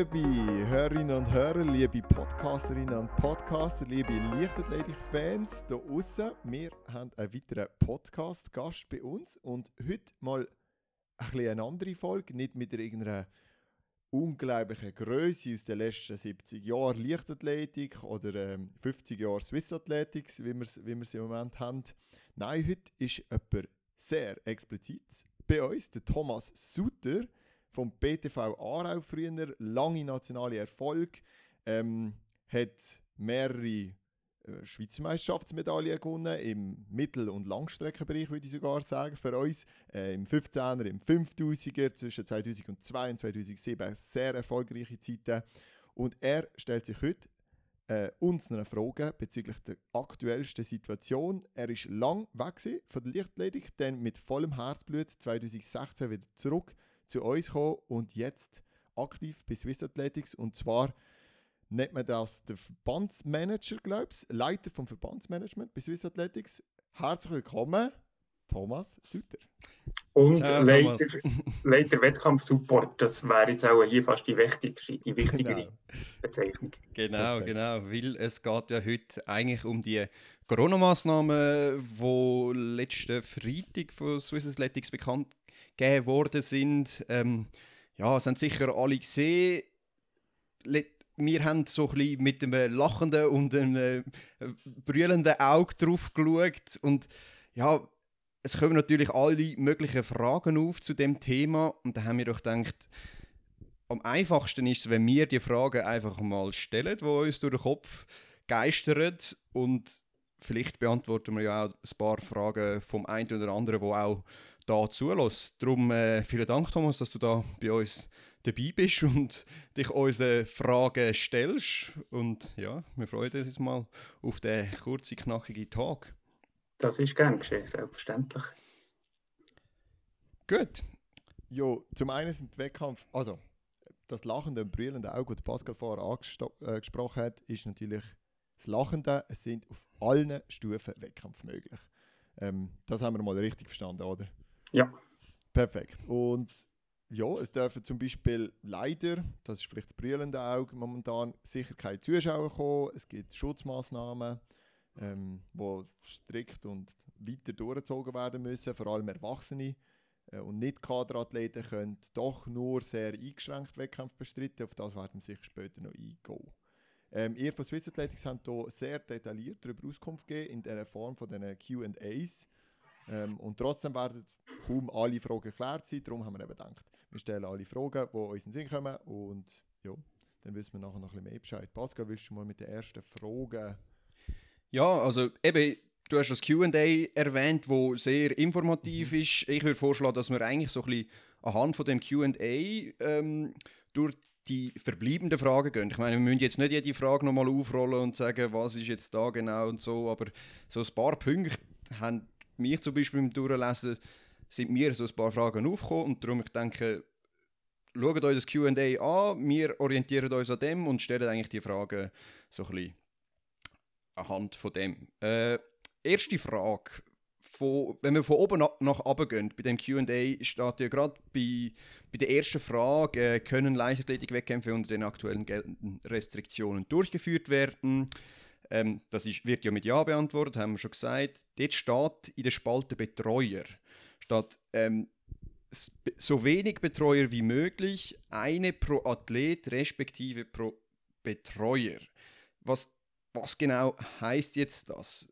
Liebe Hörerinnen und Hörer, liebe Podcasterinnen und Podcaster, liebe Leichtathletik-Fans da draussen. Wir haben einen weiteren Podcast-Gast bei uns und heute mal ein bisschen eine andere Folge, nicht mit irgendeiner unglaublichen Größe aus den letzten 70 Jahren Leichtathletik oder 50 Jahren Swiss Athletics, wie wir es im Moment haben. Nein, heute ist jemand sehr explizit bei uns, der Thomas Sutter vom BTV Aarau, früher lange nationale Erfolg, hat mehrere Schweizer Meisterschaftsmedaillen gewonnen, im Mittel- und Langstreckenbereich, würde ich sogar sagen, für uns. Im 15er, im 5000er, zwischen 2002 und 2007 sehr erfolgreiche Zeiten. Und er stellt sich heute uns eine Frage bezüglich der aktuellsten Situation. Er war lang weg von der Leichtathletik, dann mit vollem Herzblut 2016 wieder zurück zu uns gekommen und jetzt aktiv bei Swiss Athletics. Und zwar nennt man das der Verbandsmanager, glaube ich, Leiter vom Verbandsmanagement bei Swiss Athletics. Herzlich willkommen, Thomas Sutter. Und Leiter Wettkampfsupport, das wäre jetzt auch hier fast die wichtigere Bezeichnung. Genau, weil es geht ja heute eigentlich um die Corona-Massnahmen, die letzten Freitag von Swiss Athletics bekannt gegeben worden sind. Es haben sicher alle gesehen. Wir haben so ein bisschen mit einem lachenden und einem brüllenden Auge drauf geschaut. Und ja, es kommen natürlich alle möglichen Fragen auf zu dem Thema. Und da haben wir doch gedacht, am einfachsten ist es, wenn wir die Fragen einfach mal stellen, die uns durch den Kopf geistern. Und vielleicht beantworten wir ja auch ein paar Fragen vom einen oder anderen, die auch da zulässt. Darum vielen Dank, Thomas, dass du da bei uns dabei bist und dich unsere Fragen stellst. Und ja, wir freuen uns mal auf den kurzen, knackigen Tag. Das ist gern geschehen, selbstverständlich. Gut. Ja, zum einen sind die Wettkampf, also das lachende und brüllende Auge, das Pascal vorher angesprochen hat, ist natürlich das Lachende. Es sind auf allen Stufen Wettkämpfe möglich. Das haben wir mal richtig verstanden, oder? Ja. Perfekt. Und ja, es dürfen zum Beispiel leider, das ist vielleicht das brüllende Auge momentan, sicher keine Zuschauer kommen. Es gibt Schutzmaßnahmen, die strikt und weiter durchgezogen werden müssen. Vor allem Erwachsene und Nicht-Kaderathleten können doch nur sehr eingeschränkt Wettkämpfe bestreiten. Auf das werden wir sicher später noch eingehen. Ihr von Swiss Athletics habt hier sehr detailliert darüber Auskunft gegeben in der Form von diesen Q&As. Und trotzdem werden kaum alle Fragen geklärt sein. Darum haben wir eben gedacht, wir stellen alle Fragen, die uns in den Sinn kommen. Und ja, dann wissen wir nachher noch ein bisschen mehr Bescheid. Pascal, willst du mal mit der ersten Frage? Ja, also eben, du hast das Q&A erwähnt, das sehr informativ ist. Ich würde vorschlagen, dass wir eigentlich so ein bisschen anhand von dem Q&A durch die verbleibenden Fragen gehen. Ich meine, wir müssen jetzt nicht jede Frage nochmal aufrollen und sagen, was ist jetzt da genau und so, aber so ein paar Punkte haben mich zum Beispiel beim Durchlesen sind mir so ein paar Fragen aufgekommen und darum, ich denke, schaut euch das Q&A an, wir orientieren uns an dem und stellen eigentlich die Fragen so ein bisschen anhand von dem. Erste Frage, wenn wir von oben nach unten gehen, bei dem Q&A steht ja gerade bei der ersten Frage, können Leichtathletik-Wettkämpfe unter den aktuellen geltenden Restriktionen durchgeführt werden? Wird ja mit Ja beantwortet, haben wir schon gesagt. Dort steht in der Spalte Betreuer, steht so wenig Betreuer wie möglich, eine pro Athlet respektive pro Betreuer. Was genau heisst jetzt das?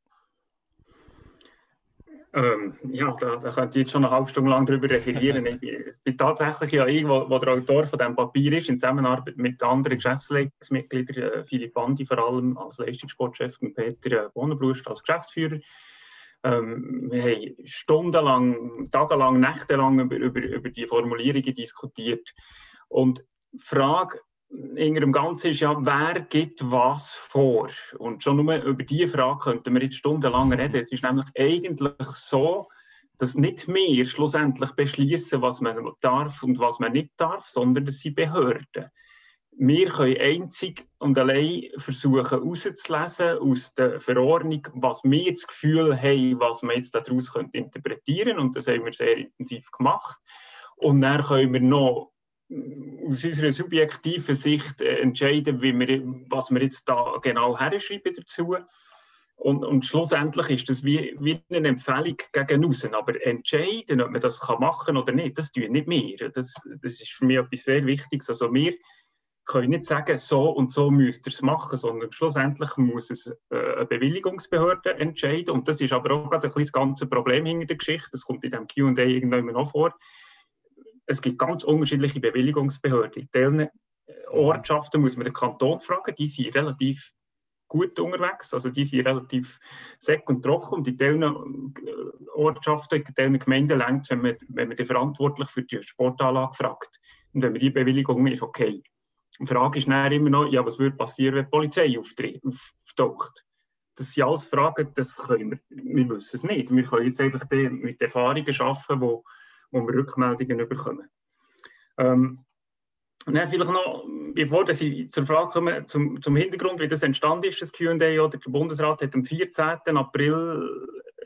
Da könnt ihr jetzt schon eine halbe Stunde lang darüber referieren. Ich bin tatsächlich ja ich, wo der Autor von diesem Papier ist, in Zusammenarbeit mit anderen Geschäftsleitungsmitgliedern, Philipp Bandi vor allem als Leistungssportchef und Peter Bohnenbrust als Geschäftsführer. Wir haben stundenlang, tagelang, nächtelang über die Formulierungen diskutiert. Und die Frage hinter dem Ganzen ist ja, wer gibt was vor? Und schon nur über diese Frage könnten wir jetzt stundenlang reden. Es ist nämlich eigentlich so, dass nicht wir schlussendlich beschließen, was man darf und was man nicht darf, sondern das sind Behörden. Wir können einzig und allein versuchen herauszulesen aus der Verordnung, was wir das Gefühl haben, was man jetzt daraus interpretieren könnte. Und das haben wir sehr intensiv gemacht. Und dann können wir noch aus unserer subjektiven Sicht entscheiden, was wir jetzt da genau herschreiben dazu. Und schlussendlich ist das wie eine Empfehlung gegen aussen. Aber entscheiden, ob man das machen kann oder nicht, das tun nicht wir. Das ist für mich etwas sehr Wichtiges. Also wir können nicht sagen, so und so müsst ihr es machen, sondern schlussendlich muss es eine Bewilligungsbehörde entscheiden. Und das ist aber auch gerade ein bisschen das ganze Problem hinter der Geschichte. Das kommt in dem Q&A irgendwann noch vor. Es gibt ganz unterschiedliche Bewilligungsbehörden. In diesen Ortschaften muss man den Kanton fragen, die sind relativ gut unterwegs, also die sind relativ säck und trocken und in diesen Ortschaften, in diesen Gemeinden längt es, wenn man den Verantwortlich für die Sportanlage fragt. Und wenn man die Bewilligung ist, okay. Die Frage ist dann immer noch, ja, was würde passieren, wenn die Polizei auftaucht? Das sind alles Fragen, das können wir wissen es nicht. Wir können jetzt einfach mit Erfahrungen arbeiten, wo wir Rückmeldungen bekommen. Und dann vielleicht noch, bevor ich zur Frage komme, zum Hintergrund, wie das entstanden ist, das Q&A. Oder der Bundesrat hat am 14. April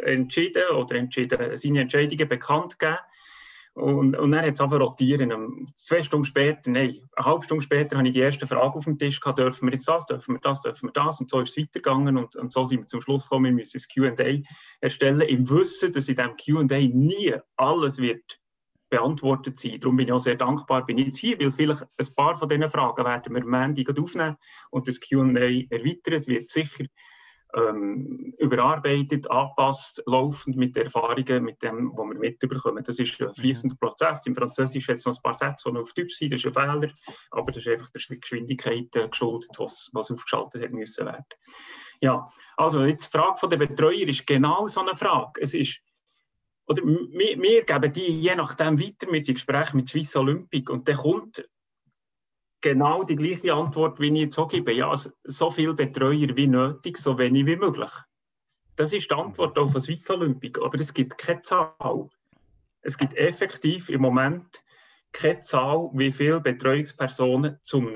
seine Entscheidungen bekannt gegeben. Und dann hat es einfach rotieren. 2 Stunden später, nein, eine halbe Stunde später habe ich die erste Frage auf dem Tisch gehabt, dürfen wir jetzt das, dürfen wir das, dürfen wir das? Und so ist es weitergegangen und so sind wir zum Schluss gekommen, wir müssen das Q&A erstellen, im Wissen, dass in diesem Q&A nie alles wird beantwortet sein. Darum bin ich auch sehr dankbar, bin ich jetzt hier, weil vielleicht ein paar von diesen Fragen werden wir am Montag aufnehmen und das Q&A erweitern. Es wird sicher überarbeitet, angepasst, laufend mit den Erfahrungen, mit dem, was wir mitbekommen. Das ist ein fließender Prozess. Im Französisch hat es noch ein paar Sätze, die noch auf Deutsch sind, das ist ein Fehler, aber das ist einfach der Geschwindigkeit geschuldet, was aufgeschaltet hat müssen werden. Ja, also jetzt die Frage der Betreuer ist genau so eine Frage. Es ist oder wir geben die je nachdem weiter mit Gesprächen mit Swiss Olympic und dann kommt genau die gleiche Antwort, wie ich jetzt auch gebe. Ja, so viele Betreuer wie nötig, so wenig wie möglich. Das ist die Antwort auf Swiss Olympic, aber es gibt keine Zahl. Es gibt effektiv im Moment keine Zahl, wie viele Betreuungspersonen zum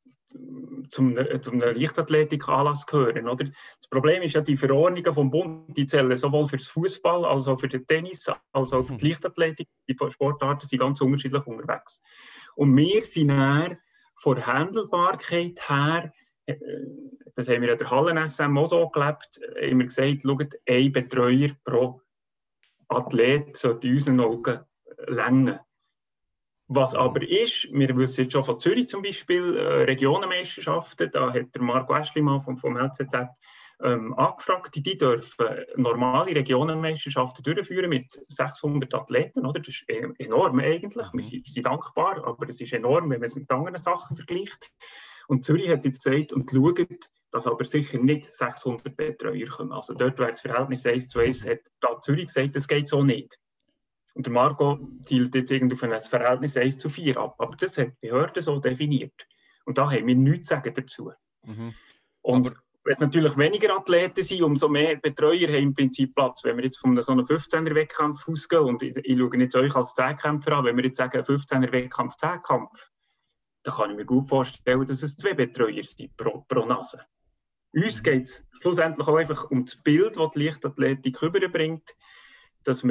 Leichtathletikanlass gehören. Oder? Das Problem ist ja, die Verordnungen vom Bund, die zählen sowohl für das Fußball, als auch für den Tennis, als auch für die Leichtathletik. Die Sportarten sind ganz unterschiedlich unterwegs. Und wir sind dann von der Handelbarkeit her, das haben wir in der Hallen-SM auch so gelebt, haben wir gesagt, schaut, ein Betreuer pro Athlet sollte in unseren Augen reichen. Was aber ist, wir wissen jetzt schon von Zürich zum Beispiel, Regionenmeisterschaften, da hat der Marco Aeschlimann vom LZZ angefragt, die dürfen normale Regionenmeisterschaften durchführen mit 600 Athleten. Oder? Das ist enorm eigentlich, wir sind dankbar, aber es ist enorm, wenn man es mit anderen Sachen vergleicht. Und Zürich hat jetzt gesagt, und schaut, dass aber sicher nicht 600 Betreuer kommen. Also dort wäre das Verhältnis 1:1, hat da Zürich gesagt, das geht so nicht. Und der Marco zielt jetzt irgendwie auf ein Verhältnis 1:4 ab. Aber das hat die Behörde so definiert. Und da haben wir nichts zu sagen dazu. Und wenn es natürlich weniger Athleten sind, umso mehr Betreuer haben im Prinzip Platz. Wenn wir jetzt von so einem 15er-Wettkampf ausgehen, und ich schaue jetzt euch als Zehnkämpfer an, wenn wir jetzt sagen 15er-Wettkampf, Zehnkampf, dann kann ich mir gut vorstellen, dass es 2 Betreuer sind pro Nase. Uns geht es schlussendlich auch einfach um das Bild, das die Leichtathletik rüberbringt, dass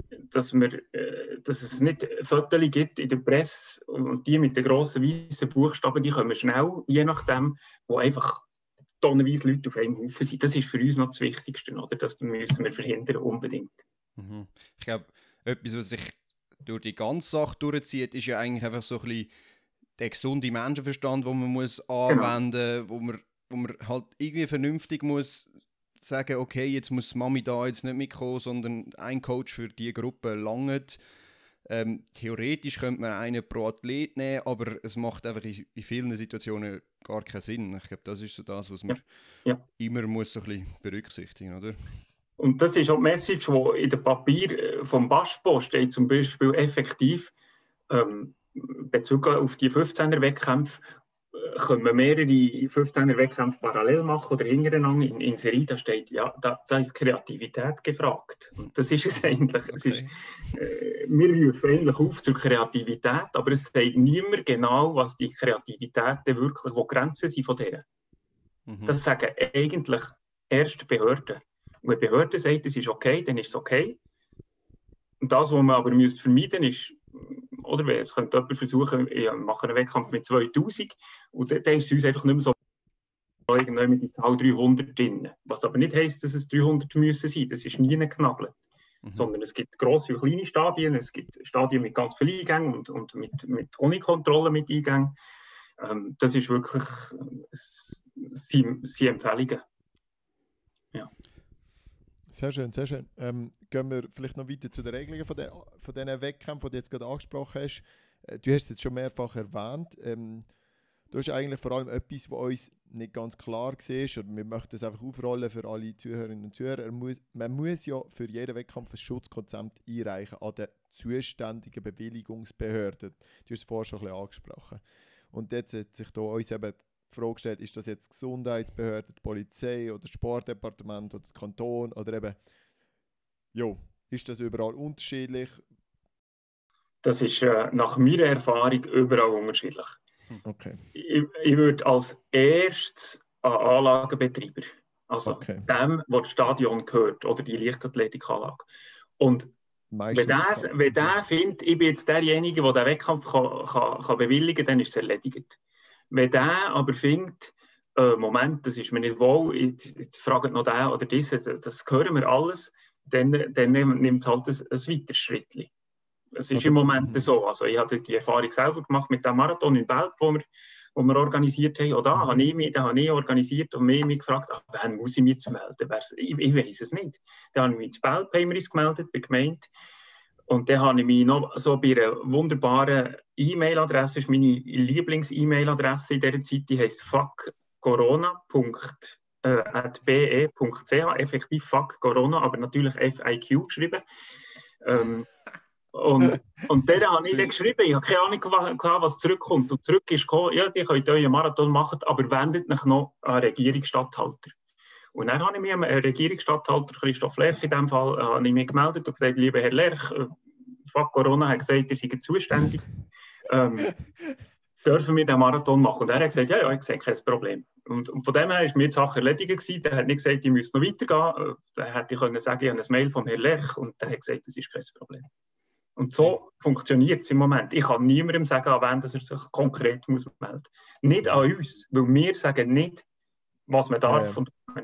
es nicht Fotos gibt in der Presse und die mit den grossen weißen Buchstaben, die kommen schnell, je nachdem, wo einfach tonnenweise Leute auf einem Haufen sind. Das ist für uns noch das Wichtigste, oder? Das müssen wir verhindern, unbedingt. Ich glaube, etwas, was sich durch die ganze Sache durchzieht, ist ja eigentlich einfach so ein bisschen der gesunde Menschenverstand, den man muss anwenden muss, wo man halt irgendwie vernünftig muss sagen, okay, jetzt muss Mami da jetzt nicht mitkommen, sondern ein Coach für diese Gruppe langt. Theoretisch könnte man einen pro Athlet nehmen, aber es macht einfach in vielen Situationen gar keinen Sinn. Ich glaube, das ist so das, was man immer muss so ein bisschen berücksichtigen, oder? Und das ist auch die Message, die in dem Papier vom BASPO steht, zum Beispiel effektiv bezogen auf die 15er-Wettkämpfe, können wir mehrere 15er-Wettkämpfe parallel machen oder hintereinander in Serie. Da steht, ja, da ist Kreativität gefragt. Und das ist es eigentlich. Okay. Es ist, wir rufen eigentlich auf zur Kreativität, aber es sagt niemand genau, was die Kreativität wirklich, wo Grenzen sind von der. Das sagen eigentlich erst die Behörden. Und wenn die Behörde sagt, es ist okay, dann ist es okay. Und das, was man aber vermeiden müsste, ist oder? Es könnte jemand versuchen, ich mache einen Wettkampf mit 2000 und dann ist es uns einfach nicht mehr so irgendwann mit die Zahl 300 drin. Was aber nicht heisst, dass es 300 müssen sein. Das ist nie geknagelt. Sondern es gibt grosse und kleine Stadien, es gibt Stadien mit ganz vielen Eingängen und mit ohne Kontrolle mit Eingängen. Das ist wirklich sind Empfehlungen. Ja. Sehr schön, sehr schön. Gehen wir vielleicht noch weiter zu den Regelungen von diesen Wettkämpfen, die du jetzt gerade angesprochen hast. Du hast es jetzt schon mehrfach erwähnt. Du hast eigentlich vor allem etwas, was uns nicht ganz klar war, und wir möchten es einfach aufrollen für alle Zuhörerinnen und Zuhörer. Man muss ja für jeden Wettkampf ein Schutzkonzept einreichen an den zuständigen Bewilligungsbehörden. Du hast es vorher schon ein bisschen angesprochen. Und jetzt hat sich da uns eben die Frage gestellt, ist das jetzt die Gesundheitsbehörde, die Polizei oder das Sportdepartement oder der Kanton oder eben, ist das überall unterschiedlich? Das ist nach meiner Erfahrung überall unterschiedlich. Okay. Ich würde als erstes an Anlagenbetreiber, also dem, wo das Stadion gehört oder die Leichtathletikanlage. Und wenn der findet, ich bin jetzt derjenige, der den Wettkampf kann bewilligen kann, dann ist es erledigt. Wenn der aber findet, Moment, das ist mir nicht wohl, jetzt fragt noch der oder das hören wir alles, dann nimmt es halt ein weiteres Schritt. Es ist im Moment so. Also ich habe die Erfahrung selber gemacht mit dem Marathon in Belp, wo wir organisiert haben. Auch da habe ich organisiert und mich gefragt, wann muss ich mich jetzt melden? Ich weiß es nicht. Dann habe ich mich in Belp gemeldet, bei der Gemeinde. Und dann habe ich mich noch so bei einer wunderbaren E-Mail-Adresse, das ist meine Lieblings-E-Mail-Adresse in dieser Zeit, die heisst fuckcorona.be.ch, effektiv fuck Corona, aber natürlich FIQ geschrieben. Und dann habe ich dann geschrieben, ich habe keine Ahnung, was zurückkommt. Und zurück ist gekommen, ja, die könnt euren Marathon machen, aber wendet euch noch an den Regierungsstatthalter. Und dann habe ich mich am Regierungsstatthalter Christoph Lerch in diesem Fall habe ich mich gemeldet und gesagt, lieber Herr Lerch, fuck Corona hat gesagt, ihr seid zuständig. Dürfen wir den Marathon machen? Und er hat gesagt, ja, ich sehe kein Problem. Und von dem her war mir die Sache erledigt gewesen. Der hat nicht gesagt, ich müsste noch weitergehen. Dann hätte ich können sagen, ich habe ein Mail vom Herrn Lerch und der hat gesagt, das ist kein Problem. Und so funktioniert es im Moment. Ich kann niemandem sagen, an wen er sich konkret melden muss. Nicht an uns, weil wir sagen nicht, was man darf.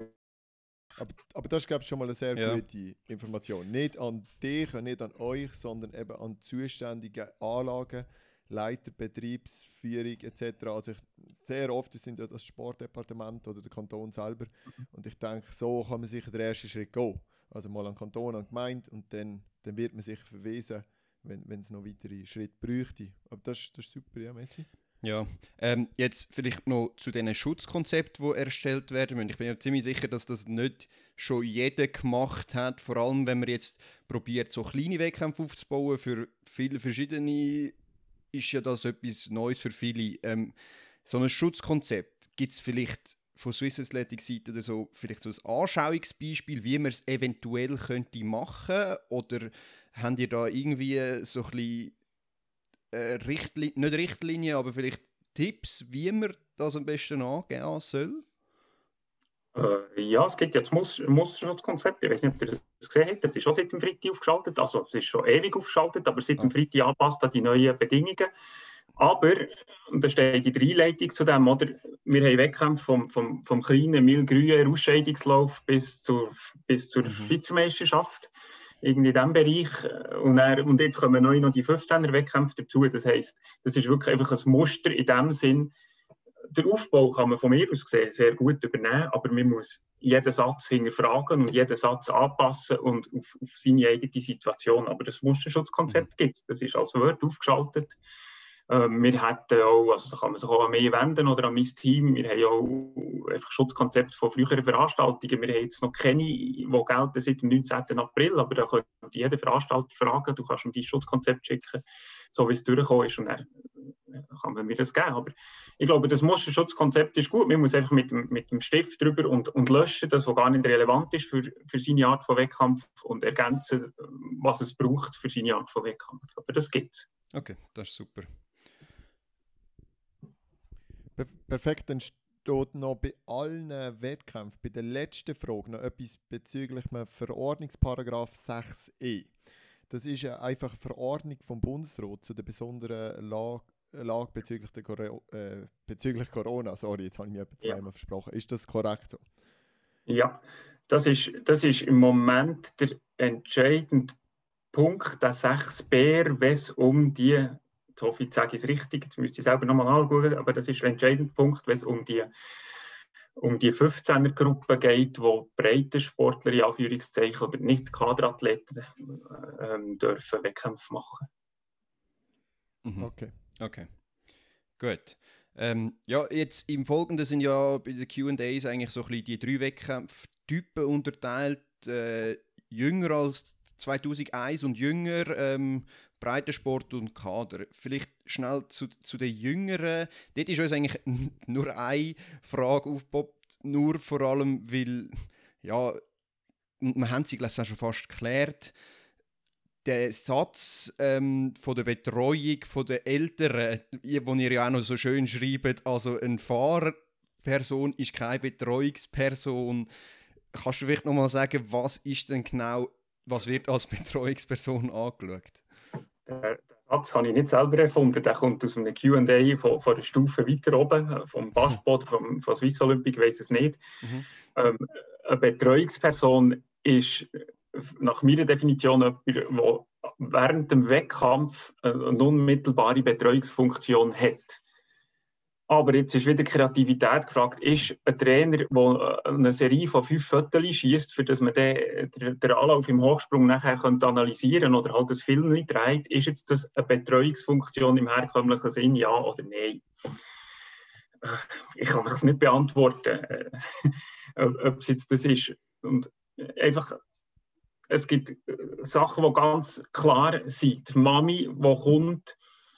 Aber das ist, glaube ich, schon mal eine sehr gute Information. Nicht an dich und nicht an euch, sondern eben an zuständige Anlagen, Leiter, Betriebsführung etc. Also sehr oft sind ja das Sportdepartement oder der Kanton selber. Und ich denke, so kann man sicher den ersten Schritt gehen. Also mal an den Kanton, an die Gemeinde und dann wird man sich verweisen, wenn es noch weitere Schritte bräuchte. Aber das ist super, ja, Messi. Ja, jetzt vielleicht noch zu diesen Schutzkonzepten, die erstellt werden müssen. Ich bin ja ziemlich sicher, dass das nicht schon jeder gemacht hat. Vor allem, wenn man jetzt probiert, so kleine Wettkämpfe aufzubauen. Für viele verschiedene ist ja das etwas Neues für viele. So ein Schutzkonzept, gibt es vielleicht von Swiss Athletics Seite oder so vielleicht so ein Anschauungsbeispiel, wie man es eventuell könnte machen? Oder habt ihr da irgendwie so ein bisschen nicht Richtlinien, aber vielleicht Tipps, wie man das am besten angehen soll? Ja, es gibt ja das Musterschutzkonzept. Ich weiß nicht, ob ihr das gesehen habt. Das ist schon seit dem Freitag aufgeschaltet. Also, es ist schon ewig aufgeschaltet, aber seit dem Freitag angepasst an die neuen Bedingungen. Aber, und da steht in der Einleitung zu dem, oder, wir haben Wettkämpfe vom kleinen Milgrünen Ausscheidungslauf bis zur Vizemeisterschaft. Irgendwie in diesem Bereich. Und jetzt kommen neu noch die 15er-Wettkämpfe dazu. Das heisst, das ist wirklich einfach ein Muster in dem Sinn. Der Aufbau kann man von mir aus gesehen sehr gut übernehmen, aber man muss jeden Satz hinterfragen und jeden Satz anpassen und auf seine eigene Situation. Aber das Musterschutzkonzept gibt es. Das ist als Word aufgeschaltet. Wir hätten auch, also da kann man sich auch an mich wenden oder an mein Team, wir haben auch einfach Schutzkonzepte von früheren Veranstaltungen. Wir haben jetzt noch keine, die gelten seit dem 19. April, aber da könnte jeder Veranstalter fragen, du kannst mir dein Schutzkonzept schicken, so wie es durchgekommen ist und dann kann man mir das geben. Aber ich glaube, das Musterschutzkonzept ist gut, man muss einfach mit dem Stift drüber und löschen, das, was gar nicht relevant ist für seine Art von Wettkampf und ergänzen, was es braucht für seine Art von Wettkampf. Aber das gibt es. Okay, das ist super. Perfekt, dann steht noch bei allen Wettkämpfen, bei der letzten Frage noch etwas bezüglich dem Verordnungsparagraph 6e. das ist einfach eine Verordnung vom Bundesrat zu der besonderen Lage bezüglich Corona. Sorry, jetzt habe ich mir etwa zweimal versprochen. Ist das korrekt so? Ja, das ist im Moment der entscheidende Punkt, der 6b, wenn es um die, jetzt hoffe ich, jetzt sage ich es richtig, jetzt müsste ich selber nochmal anschauen, aber das ist der entscheidende Punkt, wenn es um die 15er-Gruppe geht, wo Breitensportler in Anführungszeichen oder nicht Kaderathleten dürfen Wettkämpfe machen. Mhm. Okay. Gut. Ja, jetzt im Folgenden sind ja bei den Q&As eigentlich so ein bisschen die 3 Wettkampftypen unterteilt. Jünger als 2001 und jünger, Breitensport und Kader. Vielleicht schnell zu den Jüngeren. Dort ist uns eigentlich nur eine Frage aufgepoppt, nur vor allem, weil, ja, wir haben sie, glaube ich, auch schon fast geklärt. Der Satz von der Betreuung der Älteren, den ihr ja auch noch so schön schreibt, also eine Fahrperson ist keine Betreuungsperson. Kannst du vielleicht nochmal sagen, was wird als Betreuungsperson angeschaut? Den Satz habe ich nicht selber erfunden. Der kommt aus einem Q&A von der Stufe weiter oben, vom BASPO oder von Swiss Olympic, ich weiss es nicht. Eine Betreuungsperson ist nach meiner Definition jemand, der während dem Wettkampf eine unmittelbare Betreuungsfunktion hat. Aber jetzt ist wieder Kreativität gefragt. Ist ein Trainer, der eine Serie von 5 Fotos schießt, für das man den Anlauf im Hochsprung nachher analysieren könnte oder halt das Film dreht, ist jetzt das eine Betreuungsfunktion im herkömmlichen Sinn, ja oder nein? Ich kann es nicht beantworten, ob es jetzt das ist. Und einfach, es gibt Sachen, die ganz klar sind. Die Mami, die kommt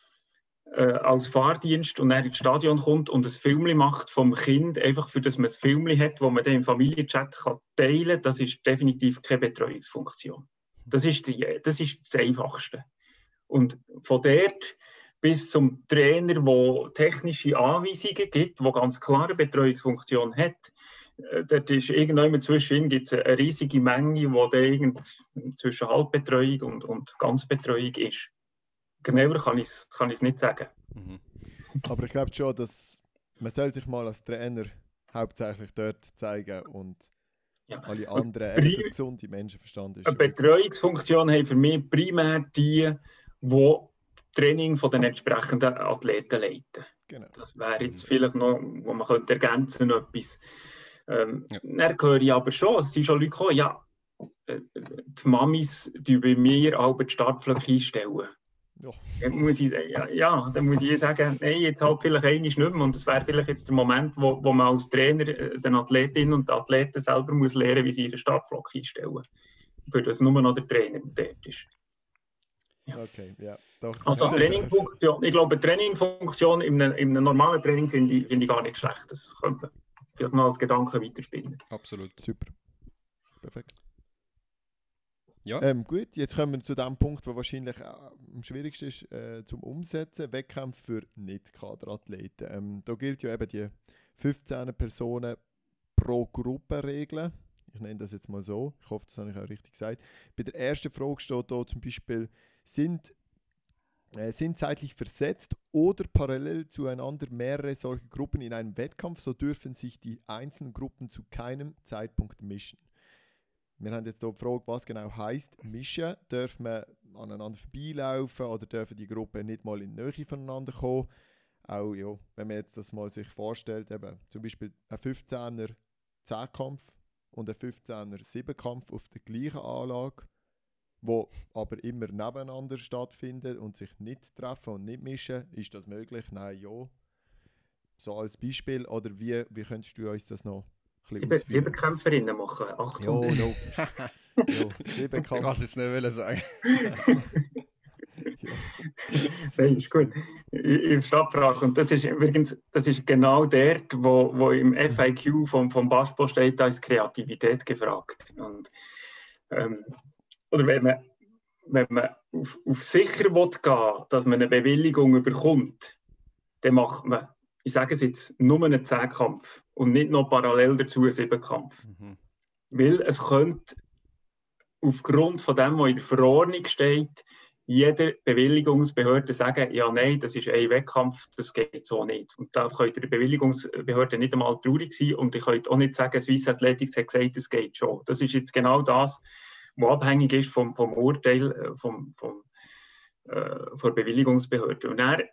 als Fahrdienst und dann ins Stadion kommt und ein Film macht vom Kind, einfach für das man ein Film hat, das man dann im Familienchat teilen kann, das ist definitiv keine Betreuungsfunktion. Das ist das Einfachste. Und von dort bis zum Trainer, der technische Anweisungen gibt, der ganz klare Betreuungsfunktion hat, dort ist irgendwann zwischen gibt es eine riesige Menge, die zwischen Halbbetreuung und Ganzbetreuung ist. Genauer kann ich es nicht sagen. Aber ich glaube schon, dass man soll sich mal als Trainer hauptsächlich dort zeigen und alle anderen, eben das gesunde Menschenverstand ist. Eine Betreuungsfunktion haben für mich primär die Training von den entsprechenden Athleten leiten. Genau. Das wäre jetzt vielleicht noch, wo man könnte ergänzen etwas. Dann höre ich aber schon, es sind schon Leute gekommen, ja, die Mamis die bei mir auch die Startfläche einstellen. Ja. Dann muss ich sagen, nein, jetzt halt vielleicht einmal nicht mehr. Und es wäre vielleicht jetzt der Moment, wo man als Trainer den Athletinnen und Athleten selber muss lernen, wie sie ihre Startflock einstellen. Für das nur noch der Trainer dort ist. Ja. Okay, ja. Doch. Also Trainingfunktion, ich glaube, Trainingfunktion in einem normalen Training finde ich gar nicht schlecht. Das könnte man vielleicht noch als Gedanken weiterspinnen. Absolut. Super. Perfekt. Ja. Gut, jetzt kommen wir zu dem Punkt, der wahrscheinlich am schwierigsten ist zum Umsetzen. Wettkämpfe für Nicht-Kaderathleten. Da gilt ja eben die 15 Personen pro Gruppe Regel. Ich nenne das jetzt mal so. Ich hoffe, das habe ich auch richtig gesagt. Bei der ersten Frage steht hier zum Beispiel, sind zeitlich versetzt oder parallel zueinander mehrere solche Gruppen in einem Wettkampf, so dürfen sich die einzelnen Gruppen zu keinem Zeitpunkt mischen. Wir haben jetzt hier gefragt, was genau heisst mischen. Darf man aneinander vorbeilaufen oder dürfen die Gruppen nicht mal in die Nähe voneinander kommen? Auch ja, wenn man jetzt das mal sich vorstellt, eben, zum Beispiel ein 15er 10-Kampf und ein 15er 7-Kampf auf der gleichen Anlage, wo aber immer nebeneinander stattfinden und sich nicht treffen und nicht mischen. Ist das möglich? Nein, ja. So als Beispiel. Oder wie könntest du uns das noch 7 Kämpferinnen machen, 800. Ja, logisch. 7 Ich kann es jetzt nicht sagen. Nein, ist gut. Ich verstehe die Frage. Und das ist übrigens genau dort, wo im FAQ vom BASPO steht, da ist Kreativität gefragt. Und, oder wenn man auf sicher gehen will, dass man eine Bewilligung bekommt, dann macht man, ich sage es jetzt, nur einen 10-Kampf und nicht noch parallel dazu einen 7-Kampf. Weil es könnte aufgrund von dem, was in der Verordnung steht, jeder Bewilligungsbehörde sagen, ja, nein, das ist ein Wettkampf, das geht so nicht. Und da könnt ihr der Bewilligungsbehörde nicht einmal traurig sein und ihr könnt auch nicht sagen, Swiss Athletics hat gesagt, es geht schon. Das ist jetzt genau das, was abhängig ist vom Urteil von der Bewilligungsbehörde. Und dann,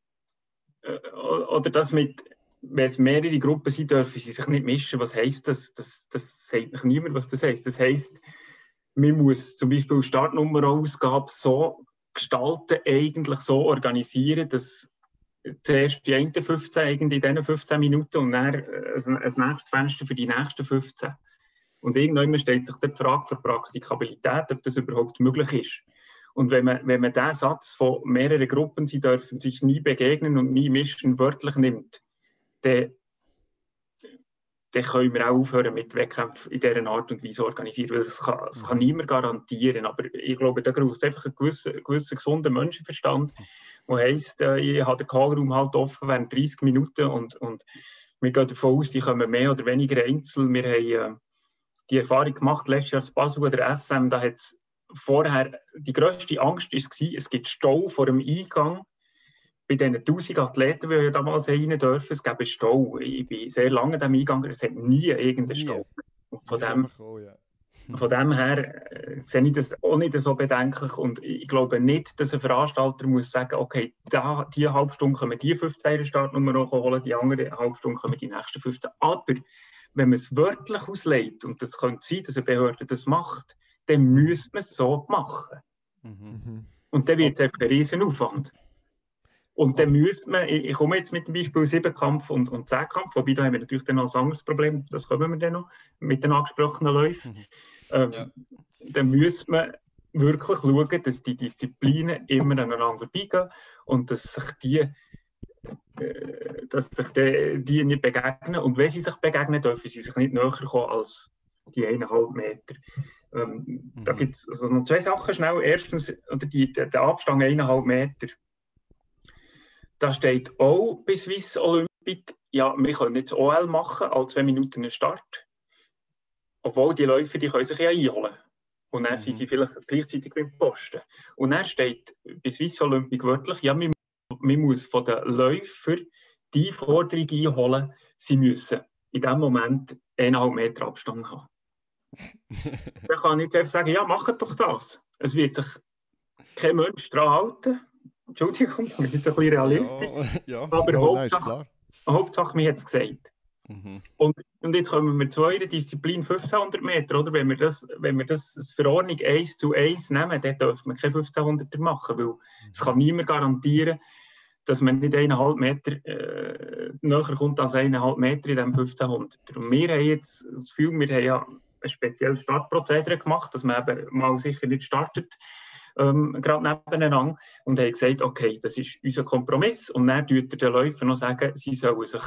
oder das mit, wenn es mehrere Gruppen sind, dürfen sie sich nicht mischen. Was heisst das? Das sagt noch niemand, was das heisst. Das heisst, man muss zum Beispiel Startnummerausgabe so gestalten, eigentlich so organisieren, dass zuerst die einen 15 in diesen 15 Minuten und dann ein nächstes Fenster für die nächsten 15. Und irgendwann stellt sich die Frage für Praktikabilität, ob das überhaupt möglich ist. Und wenn man diesen Satz von mehreren Gruppen, sie dürfen sich nie begegnen und nie mischen, wörtlich nimmt, dann können wir auch aufhören mit Wettkämpfen in dieser Art und Weise organisieren, weil das kann niemand garantieren. Aber ich glaube, da braucht es einfach einen gewissen gesunden Menschenverstand, der heisst, ich habe den Callraum halt offen während 30 Minuten und wir gehen davon aus, die kommen mehr oder weniger einzeln. Wir haben die Erfahrung gemacht, letztes Jahr in Basel oder SM, da hat es vorher, die grösste Angst war, es gibt Stau vor dem Eingang. Bei diesen 1000 Athleten, die ja damals rein dürfen, es gab einen Stau. Ich bin sehr lange in diesem Eingang, es hat nie irgendeinen Stau. Und von dem her sehe ich das auch nicht so bedenklich. Und ich glaube nicht, dass ein Veranstalter muss sagen, okay, diese halbe Stunde können wir die 15 Startnummer holen, die andere halbe Stunde können wir die nächsten 15. Aber wenn man es wörtlich auslegt, und das könnte sein, dass eine Behörde das macht, dann müsste man es so machen. Und dann wird es einfach ein Riesenaufwand. Und dann müsste man, ich komme jetzt mit dem Beispiel 7-Kampf und 10-Kampf, wobei da haben wir natürlich dann noch ein anderes Problem, das kommen wir dann noch, mit den angesprochenen Läufen. Dann müsste man wirklich schauen, dass die Disziplinen immer aneinander vorbeigehen und dass sich die nicht begegnen. Und wenn sie sich begegnen, dürfen sie sich nicht näher kommen als die 1,5 Meter. Da gibt es also noch zwei Sachen schnell. Erstens, der Abstand 1,5 Meter. Da steht auch bei Swiss Olympic, ja, wir können jetzt OL machen, alle 2 Minuten einen Start. Obwohl die Läufer, die können sich ja einholen. Und dann sind sie vielleicht gleichzeitig beim Posten. Und dann steht bei Swiss Olympic wörtlich, ja, man muss von den Läufern die Forderung einholen, sie müssen in diesem Moment 1,5 Meter Abstand haben. Dann kann ich jetzt einfach sagen, ja, macht doch das. Es wird sich kein Mensch daran halten. Entschuldigung, ich bin jetzt ein bisschen realistisch. Aber Hauptsache, mir hat es gesagt. Und jetzt kommen wir zu eurer Disziplin 1500 Meter. Oder? Wenn wir das Verordnung 1:1 nehmen, dann dürfen wir keine 1500er machen, weil es kann niemand garantieren, dass man nicht 1,5 Meter näher kommt als 1,5 Meter in diesem 1500er. Und wir haben jetzt das Gefühl, wir haben ja ein spezielles Startprozedere gemacht, dass man eben mal sicher nicht startet, gerade nebeneinander, und haben gesagt, okay, das ist unser Kompromiss. Und dann tut den Läufern noch sagen, sie sollen sich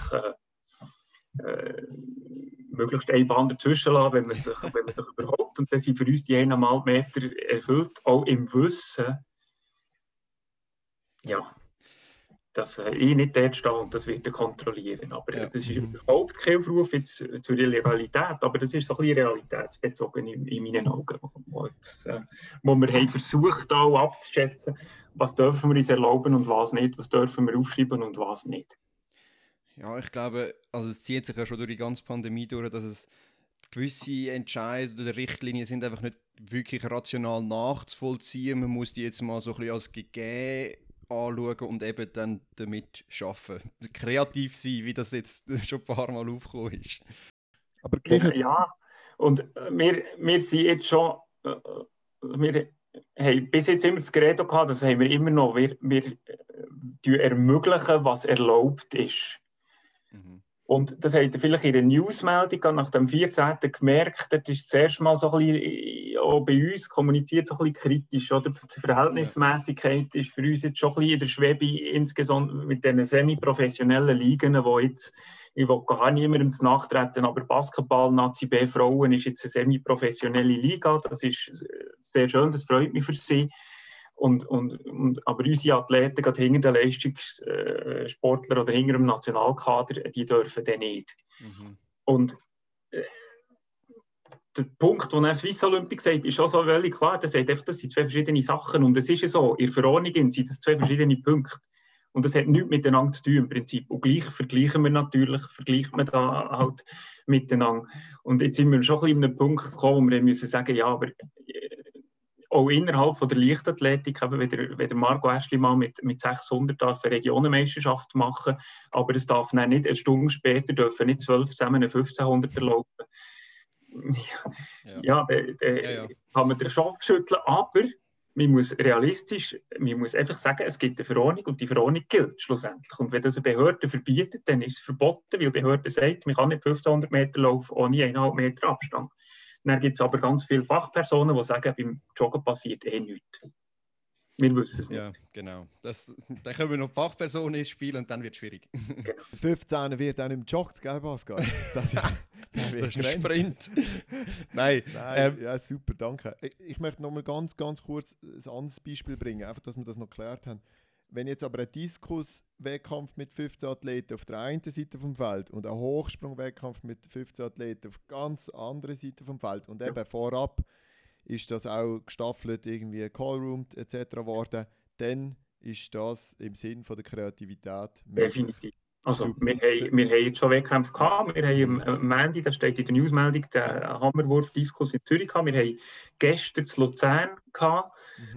möglichst eine Bahn dazwischen lassen, wenn man sich überhaupt. Und dann sind für uns die 1,5 Meter erfüllt, auch im Wissen, ja, dass ich nicht dort stehe und das wird er kontrollieren. Aber das ist überhaupt kein Aufruf jetzt zur Illegalität, aber das ist so ein bisschen realitätsbezogen in meinen Augen, wo wir haben versucht, auch abzuschätzen, was dürfen wir uns erlauben und was nicht, was dürfen wir aufschreiben und was nicht. Ja, ich glaube, also es zieht sich ja schon durch die ganze Pandemie durch, dass es gewisse Entscheidungen oder Richtlinien sind einfach nicht wirklich rational nachzuvollziehen. Man muss die jetzt mal so ein bisschen als gegeben anschauen und eben dann damit arbeiten. Kreativ sein, wie das jetzt schon ein paar Mal aufgekommen ist. Aber ja, und wir sind jetzt schon, wir haben bis jetzt immer das Gerät gehabt, das haben wir immer noch. Wir ermöglichen, was erlaubt ist. Und das habt ihr vielleicht in der Newsmeldung nach dem 14. gemerkt, das ist das erste Mal so ein bisschen, auch bei uns kommuniziert so ein bisschen kritisch. Oder? Die Verhältnismäßigkeit ist für uns jetzt schon ein bisschen in der Schwebe, insgesamt mit diesen semi-professionellen Ligen, wo jetzt, ich will gar niemandem zu nachtreten, aber Basketball, Nazi B Frauen ist jetzt eine semi-professionelle Liga, das ist sehr schön, das freut mich für sie. Aber unsere Athleten, gerade hinter den Leistungssportlern oder hinter dem Nationalkader, die dürfen dann nicht. Und der Punkt, wo er Swiss Olympic sagt, ist auch so völlig klar. Der sagt einfach, das sind zwei verschiedene Sachen. Und es ist ja so, in der Verordnung sind das zwei verschiedene Punkte. Und das hat nichts miteinander zu tun im Prinzip. Und gleich vergleicht man da halt miteinander. Und jetzt sind wir schon ein bisschen an einem Punkt gekommen, wo wir müssen sagen, ja, aber auch innerhalb von der Leichtathletik, wenn der Marco Aeschlimann mit 600 darf eine Regionenmeisterschaft machen, aber es darf dann nicht eine Stunde später dürfen nicht 12 zusammen eine 1500er laufen. Ja, kann man den Kopf schütteln, aber man muss einfach sagen, es gibt eine Verordnung und die Verordnung gilt schlussendlich. Und wenn das eine Behörde verbietet, dann ist es verboten, weil die Behörde sagt, man kann nicht 1500 Meter laufen ohne 1,5 Meter Abstand. Dann gibt es aber ganz viele Fachpersonen, die sagen, beim Joggen passiert nichts. Wir wissen es nicht. Ja, genau. Dann kommen noch Fachpersonen ins Spiel und dann wird es schwierig. Genau. 15 wird auch nicht gejoggt, gell, Pascal? Das ist ein Sprint. Nein. Ja, super, danke. Ich möchte noch mal ganz kurz ein anderes Beispiel bringen, einfach, dass wir das noch geklärt haben. Wenn jetzt aber ein Diskus-Wettkampf mit 15 Athleten auf der einen Seite vom Feld und ein Hochsprung-Wettkampf mit 15 Athleten auf der ganz anderen Seite vom Feld und eben vorab ist das auch gestaffelt, irgendwie Callroom etc. geworden, dann ist das im Sinn von der Kreativität möglich. Definitiv. Also wir haben jetzt schon Wettkämpfe gehabt. Wir haben am Montag, das steht in der Newsmeldung, den Hammerwurf-Diskus in Zürich gehabt. Wir haben gestern zu Luzern gehabt.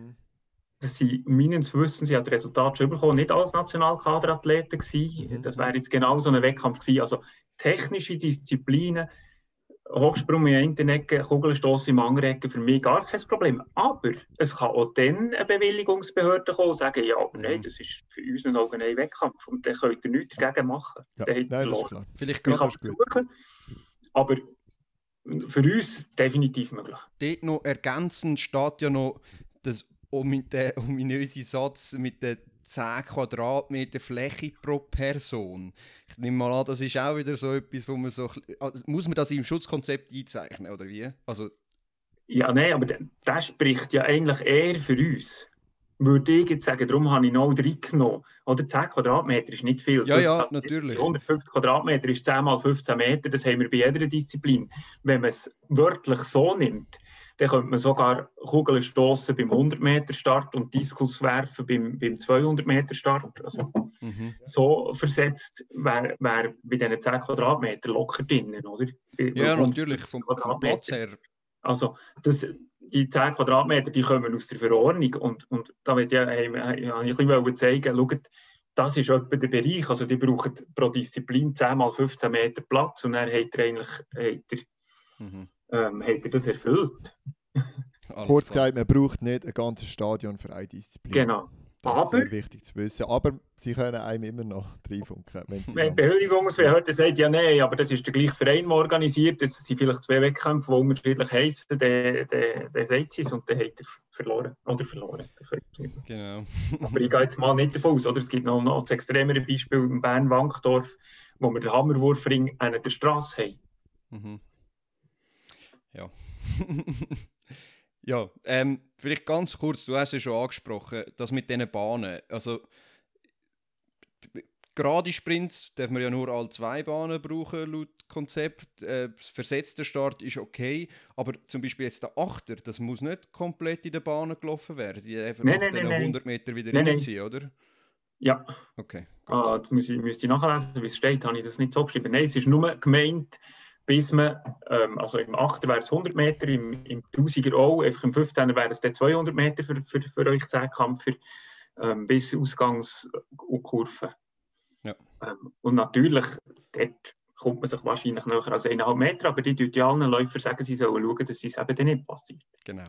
Das sind meines Wissens, ich habe das Resultat schon bekommen, nicht als Nationalkaderathleten gewesen. Das wäre jetzt genau so ein Wettkampf gewesen. Also technische Disziplinen, Hochsprung in einen Ecke, Kugelstoss im anderen Ecke, für mich gar kein Problem. Aber es kann auch dann eine Bewilligungsbehörde kommen und sagen, ja, aber nein, das ist für uns ein allgemeiner Wettkampf und dann könnt ihr nichts dagegen machen. Ja, nein, das ist klar. Vielleicht man kann versuchen, aber für uns definitiv möglich. Dort noch ergänzend steht ja noch das der ominöse Satz mit den 10 Quadratmeter Fläche pro Person. Ich nehme mal an, das ist auch wieder so etwas, wo man so... Also muss man das im Schutzkonzept einzeichnen, oder wie? Also, ja, nein, aber das spricht ja eigentlich eher für uns. Würde ich jetzt sagen, darum habe ich noch reingenommen. Oder 10 Quadratmeter ist nicht viel. Ja, natürlich. 150 Quadratmeter ist 10 mal 15 Meter, das haben wir bei jeder Disziplin. Wenn man es wörtlich so nimmt, dann könnte man sogar Kugeln stossen beim 100-Meter-Start und Diskus werfen beim 200-Meter-Start. Also, so versetzt wäre bei diesen 10 Quadratmetern locker drinnen, oder? Ja, natürlich, vom Platz her. Also, die 10 Quadratmeter die kommen aus der Verordnung und da wollte ich ein bisschen zeigen, schaut, das ist etwa der Bereich, also die brauchen pro Disziplin 10 mal 15 Meter Platz und dann hat er das erfüllt. Kurz gesagt, man braucht nicht ein ganzes Stadion für eine Disziplin. Genau. Das ist sehr wichtig zu wissen. Aber sie können einem immer noch reinfunken. Wenn die Bewilligungsbehörde sagt, ja nein, aber das ist der gleiche Verein, der organisiert. Das sind vielleicht 2 Wettkämpfe, die unterschiedlich heissen. Dann sagt sie es und dann hat er verloren. Oder verloren. Genau. Aber ich gehe jetzt mal nicht davon aus. Oder? Es gibt noch das extremere Beispiel in Bern-Wankdorf, wo wir den Hammerwurfring an der Straße haben. Ja. Ja, vielleicht ganz kurz, du hast ja schon angesprochen, das mit diesen Bahnen. Also, gerade Sprints darf man ja nur alle 2 Bahnen brauchen, laut Konzept. Das versetzte Start ist okay, aber zum Beispiel jetzt der Achter, das muss nicht komplett in den Bahnen gelaufen werden. Die einfach nach den 100 Meter wieder reinziehen, oder? Ja. Okay, gut. Das müsste ich nachlesen, wie es steht, habe ich das nicht so geschrieben. Nein, es ist nur gemeint, bis man, also im 8er wäre es 100 Meter, im 1000er auch, einfach im 15er wäre es dann 200 Meter für euch Zehnkampfer, bis Ausgangskurve. Ja. Und natürlich, dort kommt man sich wahrscheinlich näher als 1,5 Meter, aber die tun allen Läufern sagen, sie sollen schauen, dass es eben dann nicht passiert. Genau.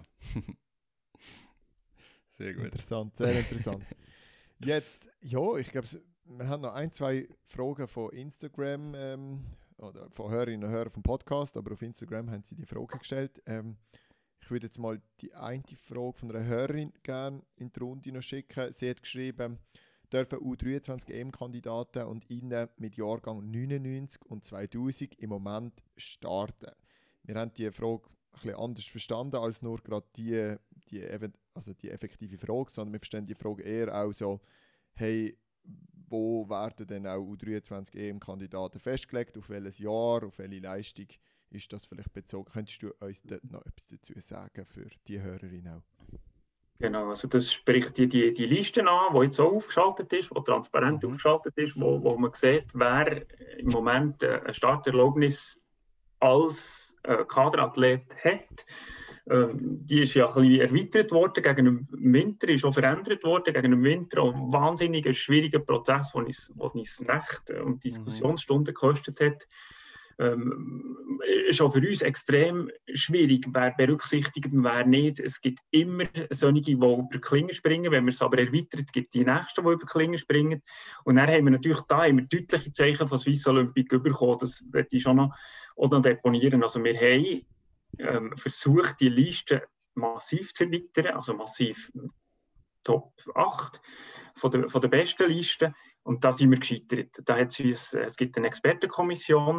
Sehr gut. Interessant, sehr interessant. Jetzt, ja, ich glaube, wir haben noch 1-2 Fragen von Instagram, oder von Hörerinnen und Hörern vom Podcast, aber auf Instagram haben sie die Frage gestellt. Ich würde jetzt mal die eine Frage von einer Hörerin gerne in die Runde noch schicken. Sie hat geschrieben, dürfen U23 EM-Kandidaten und Innen mit Jahrgang 99 und 2000 im Moment starten? Wir haben die Frage ein bisschen anders verstanden als nur gerade die effektive Frage, sondern wir verstehen die Frage eher auch so, hey, wo werden denn auch U23 EM-Kandidaten festgelegt, auf welches Jahr, auf welche Leistung ist das vielleicht bezogen? Könntest du uns dort noch etwas dazu sagen für die Hörerin auch? Genau, also das spricht die Liste an, die jetzt auch aufgeschaltet ist, die transparent aufgeschaltet ist, wo man sieht, wer im Moment eine Starterlaubnis als Kaderathlet hat. Die ist ja ein bisschen erweitert worden gegen den Winter, ist auch verändert worden gegen den Winter. Auch ein wahnsinnig schwieriger Prozess, der uns Nächte und Diskussionsstunden gekostet hat. Ist auch für uns extrem schwierig, wer berücksichtigt und wer nicht. Es gibt immer solche, die über die Klinge springen. Wenn man es aber erweitert, gibt es die Nächsten, die über die Klinge springen. Und dann haben wir natürlich deutliche Zeichen von Swiss Olympic bekommen. Das möchte ich schon noch deponieren. Also wir haben versucht, die Liste massiv zu erweitern, also massiv Top 8 von der besten Liste. Und da sind wir gescheitert. Es gibt eine Expertenkommission,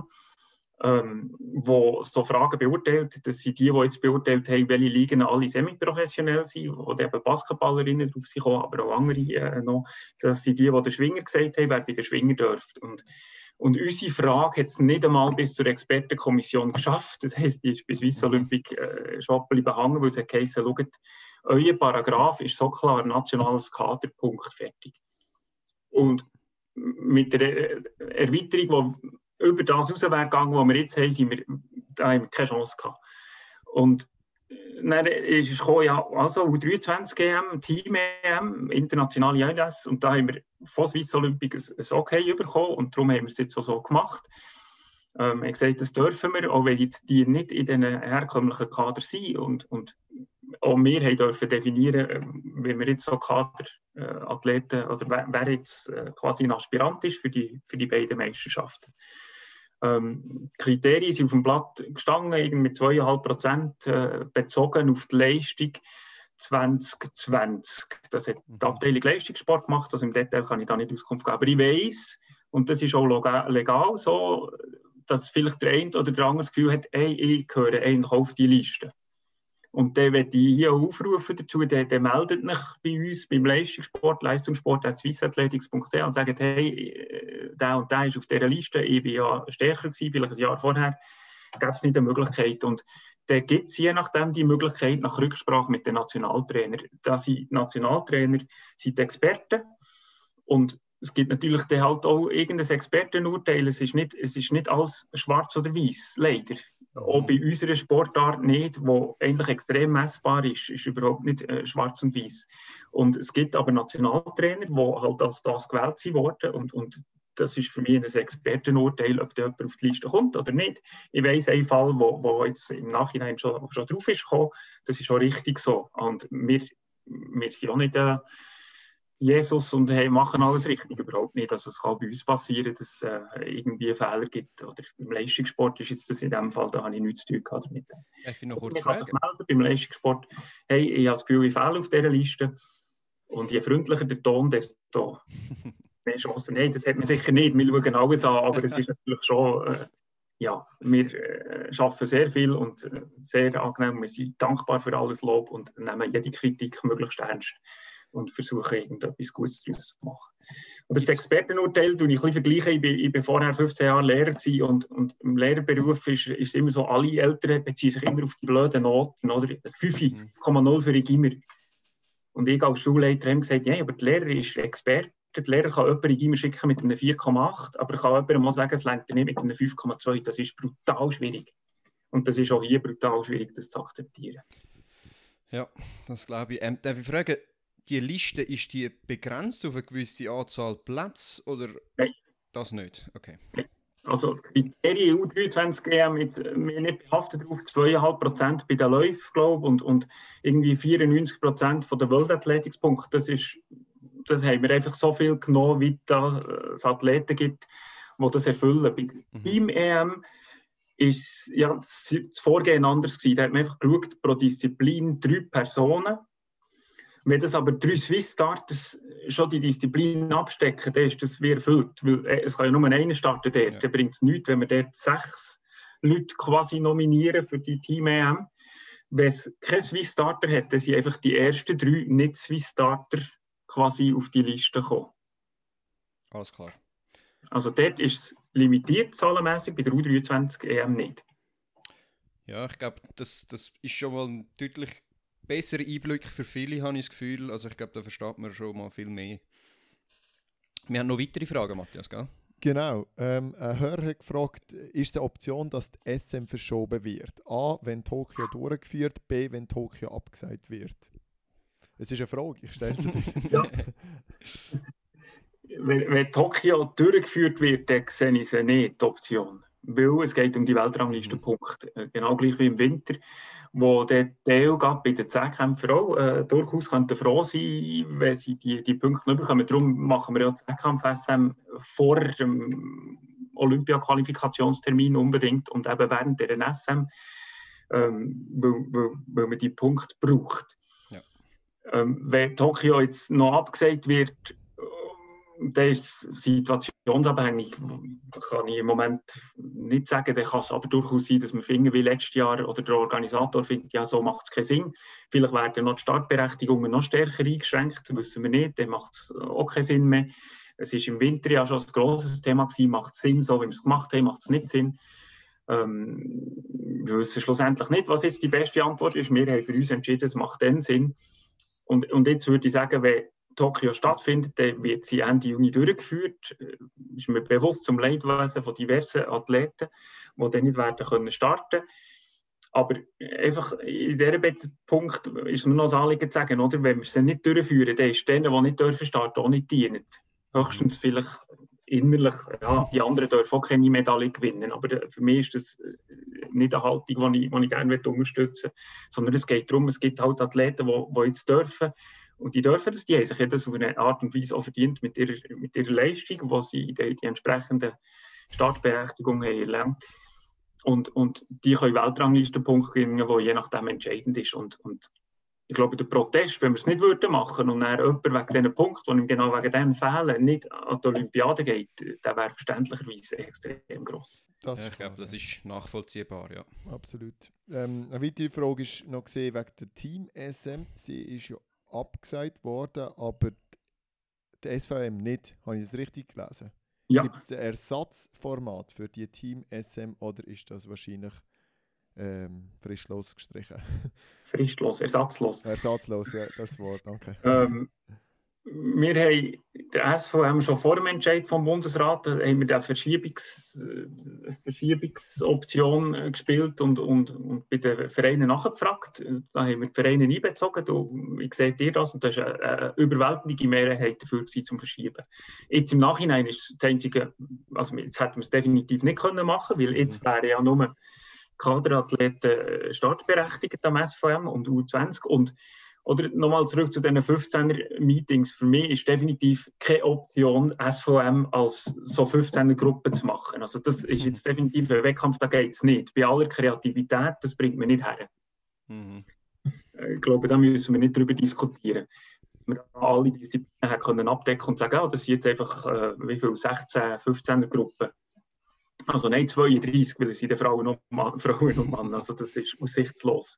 wo so Fragen beurteilt. Das sind die jetzt beurteilt haben, welche Ligen alle semi-professionell sind, wo eben Basketballerinnen drauf sind, aber auch andere noch. Das sind die den Schwinger gesagt haben, wer bei den Schwinger dürfte. Und unsere Frage hat es nicht einmal bis zur Expertenkommission geschafft. Das heisst, die ist bei Swiss Olympic Schoppeli behangen, weil es geheißen, schaut, euer Paragraph ist so klar, nationales Kaderpunkt, fertig. Und mit der Erweiterung, die über das raus wäre gegangen, was wir jetzt haben, da haben wir keine Chance gehabt. Und dann ist es gekommen, ja, also U23 EM, Team EM, internationale ILS, und da haben wir von Swiss Olympic ein Okay bekommen und darum haben wir es jetzt auch so gemacht. Ich habe gesagt, das dürfen wir, auch wenn jetzt die nicht in den herkömmlichen Kader sind und auch wir dürfen definieren, wie wir jetzt so Kaderathleten oder wer jetzt quasi ein Aspirant ist für die beiden Meisterschaften. Die Kriterien sind auf dem Blatt gestanden, mit 2,5% bezogen auf die Leistung 2020. Das hat die Abteilung Leistungssport gemacht, also im Detail kann ich da nicht Auskunft geben. Aber ich weiss, und das ist auch legal so, dass vielleicht der eine oder der andere das Gefühl hat, hey, ich gehöre eigentlich auf die Liste. Und dann, wenn ich hier aufrufen dazu, dann meldet mich bei uns beim Leistungssport, swisathletics.ch und sagt, hey, der und der ist auf dieser Liste, ich war ja stärker gewesen, vielleicht ein Jahr vorher, gäbe es nicht eine Möglichkeit. Und dann gibt es je nachdem die Möglichkeit nach Rücksprache mit den Nationaltrainern. Die Nationaltrainer sind Experten und es gibt natürlich dann halt auch irgendein Expertenurteil. Es ist nicht alles schwarz oder weiß, leider. Auch bei unserer Sportart nicht, die eigentlich extrem messbar ist überhaupt nicht schwarz und weiß. Und es gibt aber Nationaltrainer, die halt als das gewählt worden und das ist für mich ein Expertenurteil, ob jemand auf die Liste kommt oder nicht. Ich weiss einen Fall, wo jetzt im Nachhinein schon drauf ist gekommen. Das ist auch richtig so. Und wir sind auch nicht Jesus und machen alles richtig, überhaupt nicht. Also es kann bei uns passieren, dass es irgendwie einen Fehler gibt. Oder beim Leistungssport ist jetzt das in dem Fall, da habe ich nichts zu tun damit. Ich finde noch kurz ich kann sich melden beim Leistungssport, hey, ich habe das Gefühl, ich fehle auf dieser Liste. Und je freundlicher der Ton, desto mehr Chancen. Nein, das hat man sicher nicht. Wir schauen alles an, aber es ist natürlich schon, wir arbeiten sehr viel und sehr angenehm. Wir sind dankbar für alles Lob und nehmen jede Kritik möglichst ernst und versuchen, irgendetwas Gutes daraus zu machen. Und das Expertenurteil vergleiche ich ein bisschen. Ich war vorher 15 Jahre Lehrer und im Lehrerberuf ist es immer so, alle Eltern beziehen sich immer auf die blöden Noten, oder? 5,0 für ein Gimmer. Und ich als Schulleiter habe gesagt, ja, aber der Lehrer ist Experte. Der Lehrer kann jemanden in Gimmer schicken mit einem 4,8, aber kann jemandem mal sagen, es reicht nicht mit einem 5,2. Das ist brutal schwierig. Und das ist auch hier brutal schwierig, das zu akzeptieren. Ja, das glaube ich. Darf ich fragen, die Liste, ist die begrenzt auf eine gewisse Anzahl Plätze oder Nein. Das nicht? Okay. Also Kriterien U23 EM mit mir nicht behaftet drauf, 2,5% bei den Läufen, glaube ich, und irgendwie 94% von den World Athletics Punkten. Das haben wir einfach so viel genommen, wie es Athleten gibt, die das erfüllen. Bei Team EM ist das Vorgehen anders gewesen. Da hat man einfach geschaut, pro Disziplin 3 Personen. Wenn das aber 3 Swiss Starters schon die Disziplin abstecken, dann ist das wie erfüllt. Weil es kann ja nur einer starten dort. Ja. Dann bringt es nichts, wenn wir dort 6 Leute quasi nominieren für die Team-EM. Wenn es keinen Swiss Starter hat, dann sind einfach die ersten 3 Nicht-Swiss Starter quasi auf die Liste gekommen. Alles klar. Also dort ist es limitiert, zahlenmässig, bei der U23 EM nicht. Ja, ich glaube, das ist schon mal ein deutlich besserer Einblick für viele, habe ich das Gefühl. Also ich glaube, da versteht man schon mal viel mehr. Wir haben noch weitere Fragen, Matthias, gell? Genau. Ein Hörer hat gefragt, ist es eine Option, dass die SM verschoben wird? A, wenn Tokio durchgeführt, B, wenn Tokio abgesagt wird. Es ist eine Frage, ich stelle sie dir. Ja. Wenn Tokio durchgeführt wird, dann sehe ich sie nicht, die Option. Weil es geht um die Weltranglistenpunkte. Genau gleich wie im Winter, wo der Teil gerade bei den Zehnkämpfern auch durchaus könnte froh sein, wenn sie die Punkte nicht bekommen. Darum machen wir ja die Zehnkampf-SM vor dem Olympia-Qualifikationstermin unbedingt und eben während der SM, weil man die Punkte braucht. Ja. Wenn Tokio jetzt noch abgesagt wird, dann ist es situationsabhängig. Kann ich im Moment nicht sagen. Dann kann es aber durchaus sein, dass wir finden, wie letztes Jahr, oder der Organisator findet, ja, so macht es keinen Sinn. Vielleicht werden noch die Startberechtigungen noch stärker eingeschränkt, das wissen wir nicht. Dann macht es auch keinen Sinn mehr. Es war im Winter ja schon ein grosses Thema gewesen. Macht es Sinn, so wie wir es gemacht haben, macht es nicht Sinn. Wir wissen schlussendlich nicht, was jetzt die beste Antwort ist. Wir haben für uns entschieden, es macht dann Sinn. Und jetzt würde ich sagen, wenn Tokio stattfindet, dann wird sie Ende Juni durchgeführt. Ist mir bewusst zum Leidwesen von diversen Athleten, die dann nicht werden können starten. Aber einfach in diesem Punkt ist mir noch das Anliegen zu sagen, oder? Wenn wir sie nicht durchführen, dann ist denen, die nicht dürfen starten, auch nicht dienen. Höchstens vielleicht innerlich, ja, die anderen dürfen auch keine Medaille gewinnen. Aber für mich ist das nicht eine Haltung, die ich gerne unterstützen möchte. Sondern es geht darum, es gibt halt Athleten, die jetzt dürfen. Und die dürfen das, die haben sich das auf eine Art und Weise auch verdient mit ihrer Leistung, wo sie die entsprechende Startberechtigung haben erlangt. Und die können Weltranglistenpunkte gewinnen, die je nachdem entscheidend ist. Und ich glaube, der Protest, wenn wir es nicht machen würden und dann jemand wegen diesen Punkten, die ihm genau wegen dem fehlen, nicht an die Olympiade geht, der wäre verständlicherweise extrem gross. Ja, ich glaube, das ist nachvollziehbar, ja. Absolut. Eine weitere Frage ist noch gesehen wegen der Team-SM. Sie ist ja abgesagt worden, aber der SVM nicht. Habe ich das richtig gelesen? Ja. Gibt es ein Ersatzformat für die Team-SM oder ist das wahrscheinlich fristlos gestrichen? Fristlos, ersatzlos. Ersatzlos, ja, das ist das Wort, danke. Wir haben der SVM schon vor dem Entscheid vom Bundesrat haben wir die Verschiebungsoption gespielt und bei den Vereinen nachgefragt. Da haben wir die Vereine einbezogen. Wie seht ihr das? Und das ist eine überwältigende Mehrheit dafür zum Verschieben. Jetzt im Nachhinein ist das einzige, also jetzt hätten wir es definitiv nicht machen können, weil jetzt wären ja nur Kaderathleten startberechtigt am SVM und U20 und oder nochmal zurück zu diesen 15er-Meetings. Für mich ist definitiv keine Option, SVM als so 15er-Gruppe zu machen. Also das ist jetzt definitiv ein Wettkampf, da geht es nicht. Bei aller Kreativität, das bringt man nicht her. Ich glaube, da müssen wir nicht darüber diskutieren. Wir alle Disziplinen können abdecken und sagen, das sind jetzt einfach wie viel, 16, 15er-Gruppen. Also nein, 32, weil es sind Frauen und Mann. Also das ist aussichtslos.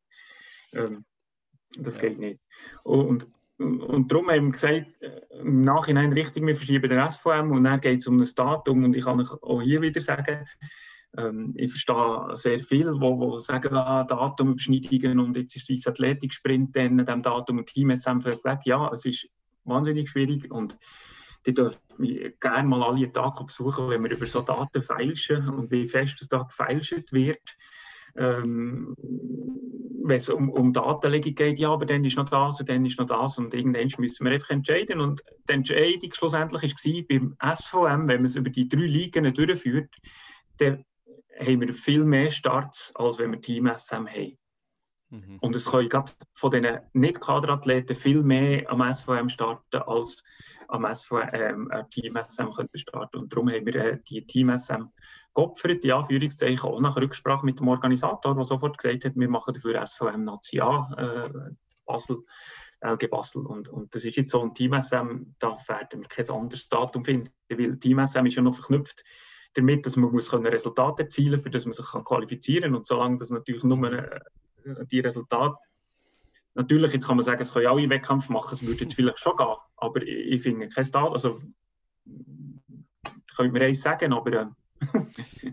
Das geht nicht. Und darum haben wir gesagt, im Nachhinein richtig, wir verschieben den SVM und dann geht es um ein Datum. Und ich kann euch auch hier wieder sagen, ich verstehe sehr viel, die sagen, Datumüberschneidungen und jetzt ist der Athletik-Sprint an diesem Datum und Team-SM weg. Ja, es ist wahnsinnig schwierig und die dürfen mich gerne mal alle Tage besuchen, wenn wir über so Daten feilschen und wie fest das da gefeilscht wird. Wenn es um Datenlegung geht, ja, aber dann ist noch das und dann ist noch das und irgendwann müssen wir einfach entscheiden. Und die Entscheidung schlussendlich war beim SVM, wenn man es über die 3 Ligen durchführt, dann haben wir viel mehr Starts, als wenn wir Team-SM haben. Und es können gerade von diesen Nicht-Kaderathleten viel mehr am SVM starten, als am Team-SM starten. Und darum haben wir die Team-SM geopfert, die Anführungszeichen, auch nach Rücksprache mit dem Organisator, der sofort gesagt hat, wir machen dafür SVM Nazi A, Basel, LG Basel. Und das ist jetzt so ein Team-SM, da werden wir kein anderes Datum finden, weil Team-SM ist ja noch verknüpft damit, dass man Resultate erzielen muss, für das man sich qualifizieren kann. Und solange das natürlich nur die Resultate, natürlich, jetzt kann man sagen, es können alle Wettkämpfe machen, es würde jetzt vielleicht schon gehen, aber ich finde kein Datum, also könnte mir eins sagen, aber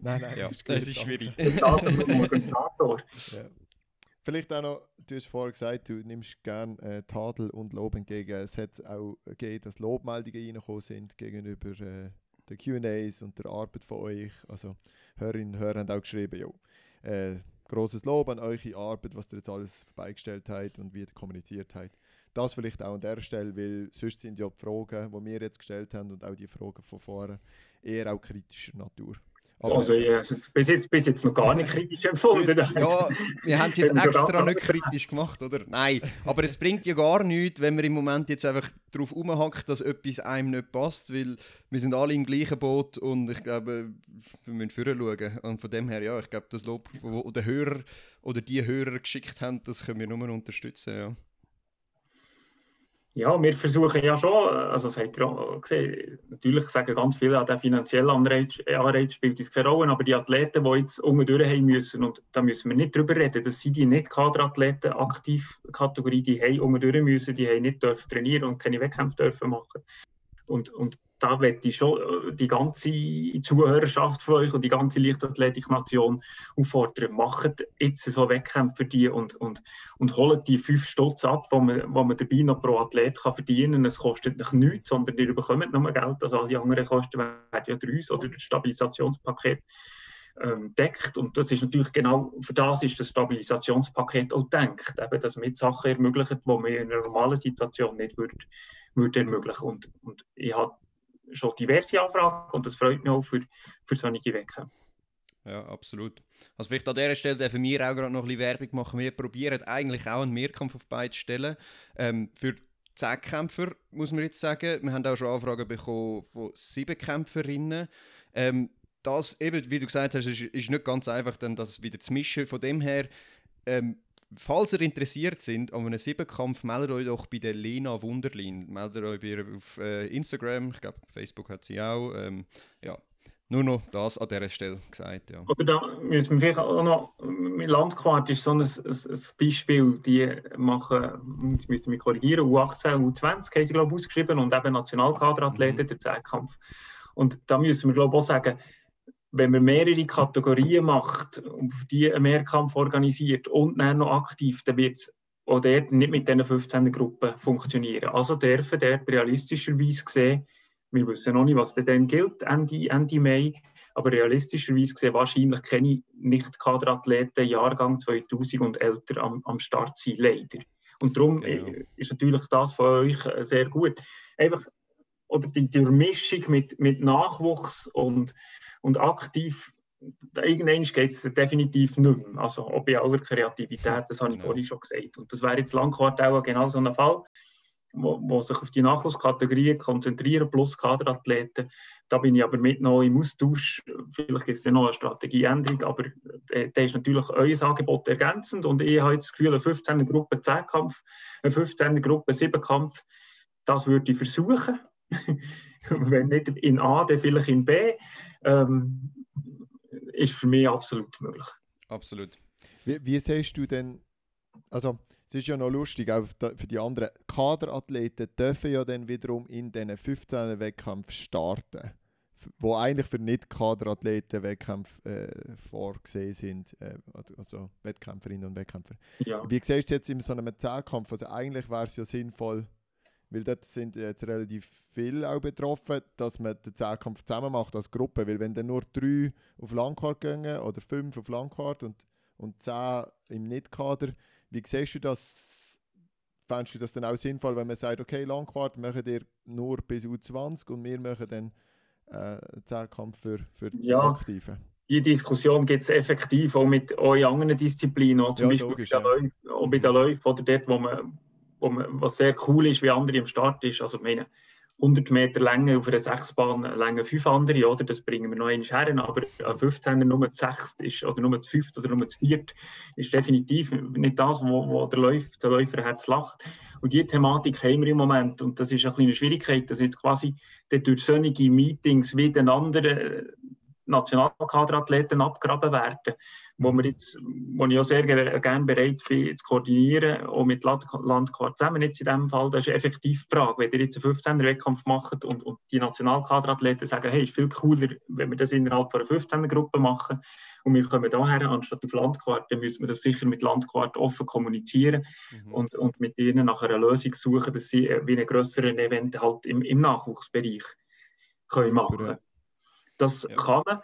Nein, Ja, ist das gut, ist danke. schwierig. Das Datum vom Organisator. Ja. Vielleicht auch noch, du hast vorher gesagt, du nimmst gerne Tadel und Lob entgegen. Es hat auch gegeben, dass Lobmeldungen reingekommen sind gegenüber den Q&As und der Arbeit von euch. Also Hörerinnen und Hörer haben auch geschrieben, grosses Lob an eure Arbeit, was ihr jetzt alles beigestellt habt und wie ihr kommuniziert habt. Das vielleicht auch an der Stelle, weil sonst sind ja die Fragen, die wir jetzt gestellt haben und auch die Fragen von vorher, eher auch kritischer Natur. Aber Also ich habe es bis jetzt noch gar nicht kritisch empfunden. Ja, wir haben es jetzt Haben wir schon extra ganz nicht kritisch gemacht, oder? Nein, aber es bringt ja gar nichts, wenn man im Moment jetzt einfach darauf rumhackt, dass etwas einem nicht passt, weil wir sind alle im gleichen Boot und ich glaube, wir müssen vorher schauen. Und von dem her, ja, ich glaube, das Lob, das der Hörer oder die Hörer geschickt haben, das können wir nur unterstützen, ja. Ja, wir versuchen ja schon, also das habt ihr auch gesehen, natürlich sagen ganz viele, der finanzielle Anreiz spielt jetzt keine Rolle, aber die Athleten, die jetzt unten haben müssen, und da müssen wir nicht drüber reden, das sind die Nicht-Kaderathleten, Aktivkategorie, die haben unten müssen, die haben nicht dürfen trainieren und keine Wettkämpfe dürfen machen. Und da möchte ich schon die ganze Zuhörerschaft von euch und die ganze Leichtathletik-Nation auffordern, macht jetzt so Wettkämpfe für die und holt die 5 Stutz ab, wo man dabei noch pro Athlet kann verdienen kann. Es kostet nicht nichts, sondern ihr bekommt nur Geld, also alle anderen Kosten werden ja durch uns oder das Stabilisationspaket deckt. Und das ist natürlich genau, für das ist das Stabilisationspaket auch gedacht, eben, dass man Sachen ermöglicht, die man in einer normalen Situation nicht würde ermöglichen. Und ich habe schon diverse Anfragen und das freut mich auch für solche Wettkämpfe. Ja, absolut. Also vielleicht an dieser Stelle dürfen wir auch gerade noch ein bisschen Werbung machen. Wir probieren eigentlich auch einen Mehrkampf auf beide Stellen. Für 10 Kämpfer, muss man jetzt sagen. Wir haben auch schon Anfragen bekommen von 7 Kämpferinnen. Das eben, wie du gesagt hast, ist nicht ganz einfach, dann das wieder zu mischen. Von dem her, falls ihr interessiert sind an einem 7-Kampf, meldet euch doch bei der Lena Wunderlin. Meldet euch bei ihr auf Instagram, ich glaube, Facebook hat sie auch. Ja, nur noch das an dieser Stelle gesagt. Ja. Oder da müssen wir vielleicht auch noch, mit Landquart ist so ein Beispiel, die machen, ich müsste mich korrigieren, U18, U20 haben sie, glaube ich, ausgeschrieben und eben Nationalkaderathleten, der 10-Kampf. Und da müssen wir, glaube ich, auch sagen, wenn man mehrere Kategorien macht und für die einen Mehrkampf organisiert und dann noch aktiv, dann wird es auch dort nicht mit diesen 15 Gruppen funktionieren. Also dürfen dort realistischerweise gesehen, wir wissen noch nicht, was dann gilt, Ende Mai, aber realistischerweise gesehen wahrscheinlich keine Nicht-Kaderathleten Jahrgang 2000 und älter am Start sein, leider. Und darum ist natürlich das von euch sehr gut. Einfach, oder die Durchmischung mit Nachwuchs und aktiv, irgendwann geht es definitiv nicht mehr. Also auch bei aller Kreativität, das habe ich vorhin schon gesagt. Und das wäre jetzt Landquart auch genau so ein Fall, wo sich auf die Nachwuchskategorien konzentrieren, plus Kaderathleten. Da bin ich aber mit noch im Austausch. Vielleicht gibt es noch eine Strategieänderung, aber da ist natürlich euer Angebot ergänzend. Und ich habe jetzt das Gefühl, eine 15er Gruppe 10-Kampf, eine 15er Gruppe 7-Kampf, das würde ich versuchen. Wenn nicht in A, dann vielleicht in B. Ist für mich absolut möglich. Absolut. Wie siehst du denn, also es ist ja noch lustig, auch für die anderen Kaderathleten dürfen ja dann wiederum in diesen 15 Wettkämpfen starten, wo eigentlich für Nicht-Kaderathleten Wettkämpfe vorgesehen sind, also Wettkämpferinnen und Wettkämpfer. Ja. Wie siehst du es jetzt in so einem 10-Kampf? Also eigentlich wäre es ja sinnvoll, weil dort sind jetzt relativ viele auch betroffen, dass man den 10-Kampf zusammen macht als Gruppe, weil wenn dann nur 3 auf Landquart gehen oder 5 auf Landquart und 10 im Nicht-Kader, wie siehst du das? Fändest du das dann auch sinnvoll, wenn man sagt, okay, Landquart machen ihr nur bis U20 und wir machen dann 10-Kampf für die Aktiven? Die Diskussion gibt es effektiv auch mit euren anderen Disziplinen, zum Beispiel logisch, bei den Läufen oder dort, wo man, was sehr cool ist, wie andere im Start ist. Also meine 100 Meter Länge auf einer 6-Bahn, Länge 5 andere, oder? Das bringen wir noch einmal her, aber ein 15er nur das 6. ist, oder nur das 5. oder nur das 4. ist definitiv nicht das, wo der Läufer hat lacht. Und diese Thematik haben wir im Moment und das ist eine kleine Schwierigkeit, dass jetzt quasi durch solche Meetings wie den anderen Nationalkaderathleten abgraben werden, wo ich auch sehr gerne bereit bin zu koordinieren, auch mit Landquart zusammen jetzt in diesem Fall. Das ist effektiv die Frage, wenn ihr jetzt einen 15er-Wettkampf macht und die Nationalkaderathleten sagen, hey, ist viel cooler, wenn wir das innerhalb von einer 15er-Gruppe machen und wir kommen daher anstatt auf Landquart, dann müssen wir das sicher mit Landquart offen kommunizieren und mit ihnen nach einer Lösung suchen, dass sie wie einen grösseren Event halt im Nachwuchsbereich können machen. Ja. Das kann man.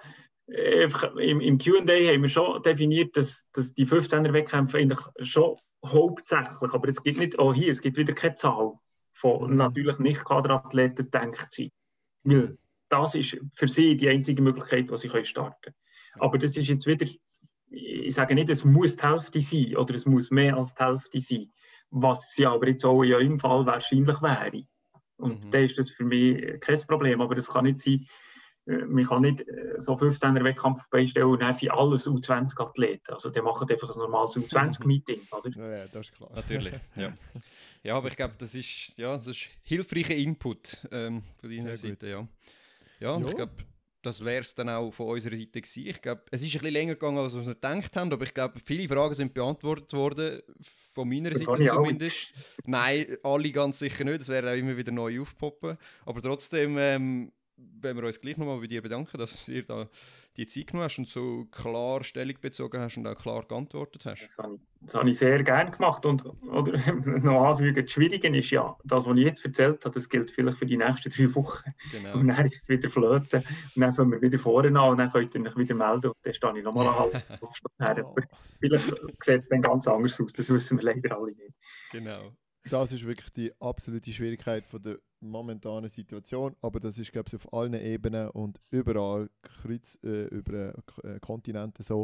Im Q&A haben wir schon definiert, dass die 15er-Wettkämpfe eigentlich schon hauptsächlich, aber es gibt nicht, auch hier, es gibt wieder keine Zahl von natürlich Nicht-Kaderathleten gedacht sein. Weil das ist für sie die einzige Möglichkeit, die sie starten können. Aber das ist jetzt wieder, ich sage nicht, es muss die Hälfte sein oder es muss mehr als die Hälfte sein, was sie aber jetzt auch in ihrem Fall wahrscheinlich wäre. Und da ist das für mich kein Problem, aber es kann nicht sein, man kann nicht so 15er-Wettkampf beistellen und dann sind alles U20-Athleten. Also die machen einfach ein normales U20-Meeting. Ja, das ist klar. Natürlich, ja. Ja, aber ich glaube, das ist hilfreicher Input von deiner Seite. Ja. Ja, und ich glaube, das wäre es dann auch von unserer Seite gewesen. Ich glaube, es ist ein bisschen länger gegangen, als wir gedacht haben, aber ich glaube, viele Fragen sind beantwortet worden, von meiner Seite zumindest. Nein, alle ganz sicher nicht, das wäre auch immer wieder neu aufpoppen. Aber trotzdem, wenn wir uns gleich nochmal bei dir bedanken, dass du dir da die Zeit genommen hast und so klar Stellung bezogen hast und auch klar geantwortet hast. Das habe ich sehr gerne gemacht. Und oder, noch anfügen, das Schwierige ist ja, das, was ich jetzt erzählt habe, das gilt vielleicht für die nächsten 3 Wochen. Genau. Und dann ist es wieder flöten. Und dann fangen wir wieder vorne an und dann könnt ihr euch wieder melden. Und dann stehe ich nochmal eine halbe Stunde her. Aber vielleicht sieht es dann ganz anders aus. Das wissen wir leider alle nicht. Genau. Das ist wirklich die absolute Schwierigkeit von der momentanen Situation, aber das ist, glaube ich, auf allen Ebenen und überall über Kontinente so.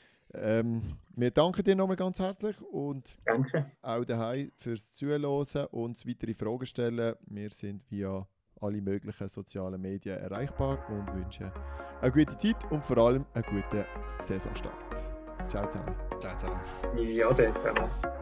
Wir danken dir nochmal ganz herzlich und auch daheim fürs Zuhören und weitere Fragen stellen. Wir sind via alle möglichen sozialen Medien erreichbar und wünschen eine gute Zeit und vor allem einen guten Saisonstart. Ciao zusammen. Ciao zusammen. Ja, danke.